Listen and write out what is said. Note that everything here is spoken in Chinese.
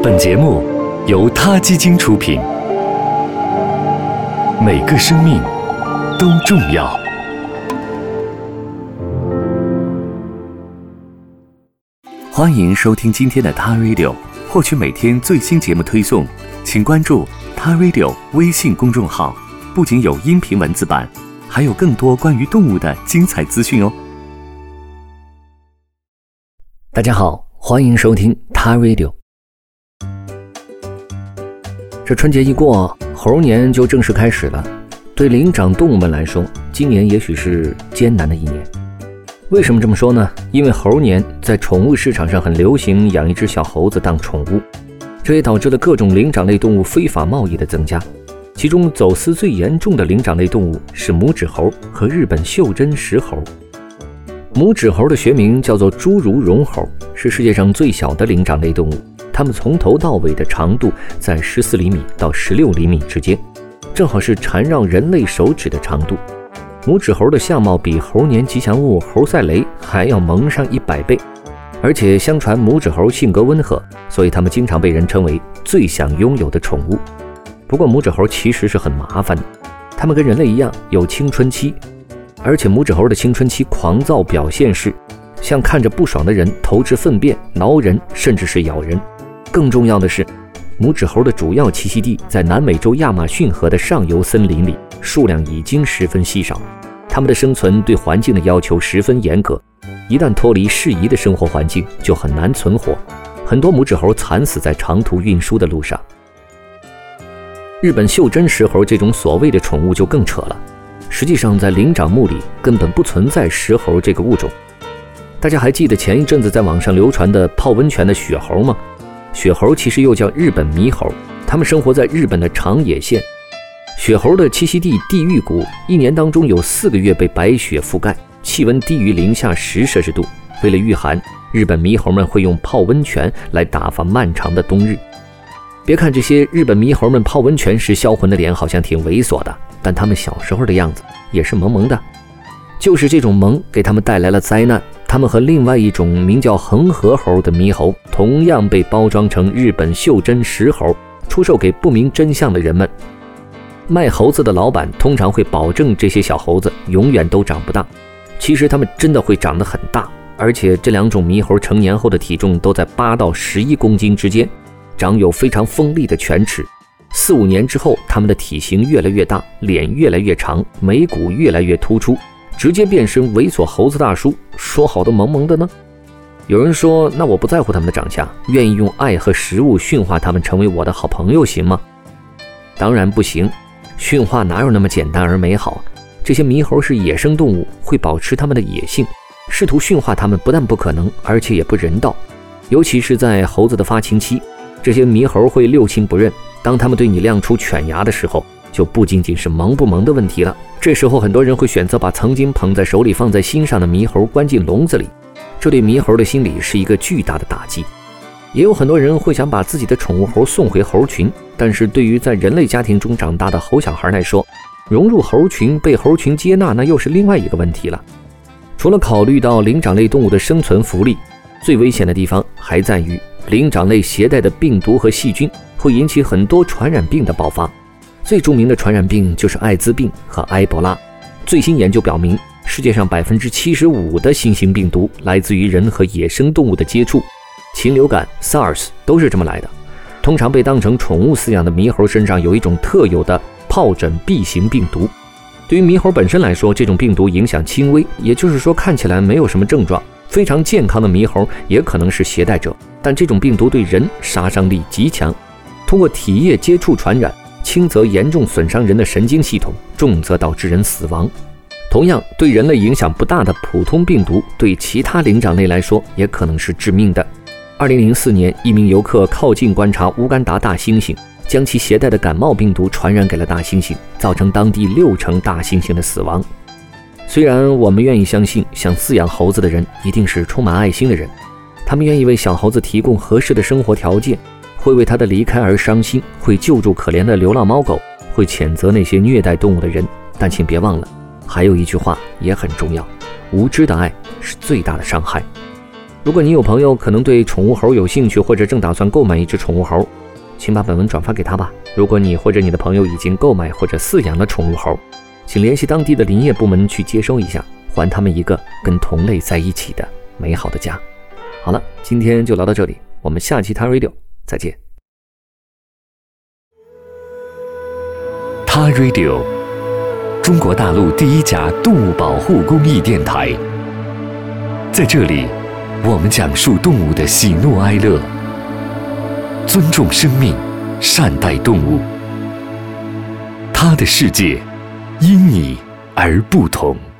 本节目由他基金出品，每个生命都重要。欢迎收听今天的他 Radio， 获取每天最新节目推送，请关注他 Radio 微信公众号，不仅有音频文字版，还有更多关于动物的精彩资讯哦。 大家好，欢迎收听他 Radio。这春节一过，猴年就正式开始了。对灵长动物们来说，今年也许是艰难的一年。为什么这么说呢？因为猴年在宠物市场上很流行养一只小猴子当宠物，这也导致了各种灵长类动物非法贸易的增加。其中走私最严重的灵长类动物是拇指猴和日本袖珍石猴。拇指猴的学名叫做侏儒绒猴，是世界上最小的灵长类动物。它们从头到尾的长度在14厘米到16厘米之间，正好是缠绕人类手指的长度。拇指猴的相貌比猴年吉祥物猴赛雷还要萌上100倍，而且相传拇指猴性格温和，所以它们经常被人称为最想拥有的宠物。不过拇指猴其实是很麻烦的，它们跟人类一样有青春期，而且拇指猴的青春期狂躁表现是像看着不爽的人投掷粪便、挠人，甚至是咬人。更重要的是，拇指猴的主要栖息地在南美洲亚马逊河的上游森林里，数量已经十分稀少。它们的生存对环境的要求十分严格，一旦脱离适宜的生活环境，就很难存活。很多拇指猴惨死在长途运输的路上。日本袖珍石猴这种所谓的宠物就更扯了，实际上在灵长目里根本不存在石猴这个物种。大家还记得前一阵子在网上流传的泡温泉的雪猴吗？雪猴其实又叫日本猕猴，它们生活在日本的长野县。雪猴的栖息地地狱谷，一年当中有4个月被白雪覆盖，气温低于零下10摄氏度。为了御寒，日本猕猴们会用泡温泉来打发漫长的冬日。别看这些日本猕猴们泡温泉时销魂的脸好像挺猥琐的，但他们小时候的样子也是萌萌的。就是这种萌给他们带来了灾难。他们和另外一种名叫恒河猴的猕猴同样被包装成日本袖珍石猴，出售给不明真相的人们。卖猴子的老板通常会保证这些小猴子永远都长不大，其实它们真的会长得很大，而且这两种猕猴成年后的体重都在8到11公斤之间，长有非常锋利的犬齿。4-5年之后，它们的体型越来越大，脸越来越长，眉骨越来越突出，直接变身猥琐猴子大叔，说好的萌萌的呢？有人说，那我不在乎他们的长相，愿意用爱和食物驯化他们成为我的好朋友行吗？当然不行，驯化哪有那么简单而美好？这些猕猴是野生动物，会保持它们的野性，试图驯化它们不但不可能，而且也不人道。尤其是在猴子的发情期，这些猕猴会六亲不认，当它们对你亮出犬牙的时候，就不仅仅是萌不萌的问题了。这时候很多人会选择把曾经捧在手里放在心上的猕猴关进笼子里，这对猕猴的心理是一个巨大的打击。也有很多人会想把自己的宠物猴送回猴群，但是对于在人类家庭中长大的猴小孩来说，融入猴群被猴群接纳，那又是另外一个问题了。除了考虑到灵长类动物的生存福利，最危险的地方还在于灵长类携带的病毒和细菌会引起很多传染病的爆发。最著名的传染病就是艾滋病和埃博拉。最新研究表明，世界上75%的新型病毒来自于人和野生动物的接触。禽流感、SARS 都是这么来的。通常被当成宠物饲养的猕猴身上有一种特有的疱疹 B 型病毒。对于猕猴本身来说，这种病毒影响轻微，也就是说看起来没有什么症状，非常健康的猕猴也可能是携带者。但这种病毒对人杀伤力极强，通过体液接触传染，轻则严重损伤人的神经系统，重则导致人死亡。同样，对人类影响不大的普通病毒，对其他灵长类来说也可能是致命的。2004年，一名游客靠近观察乌干达大猩猩，将其携带的感冒病毒传染给了大猩猩，造成当地60%大猩猩的死亡。虽然我们愿意相信，想饲养猴子的人一定是充满爱心的人，他们愿意为小猴子提供合适的生活条件，会为他的离开而伤心，会救助可怜的流浪猫狗，会谴责那些虐待动物的人。但请别忘了，还有一句话也很重要，无知的爱是最大的伤害。 如果你有朋友可能对宠物猴有兴趣，或者正打算购买一只宠物猴，请把本文转发给他吧。如果你或者你的朋友已经购买或者饲养了宠物猴，请联系当地的林业部门去接收一下，还他们一个跟同类在一起的美好的家。好了，今天就聊到这里，我们下期 TARadio 再见。 TARadio， 中国大陆第一家动物保护公益电台。在这里，我们讲述动物的喜怒哀乐，尊重生命，善待动物。它的世界因你而不同。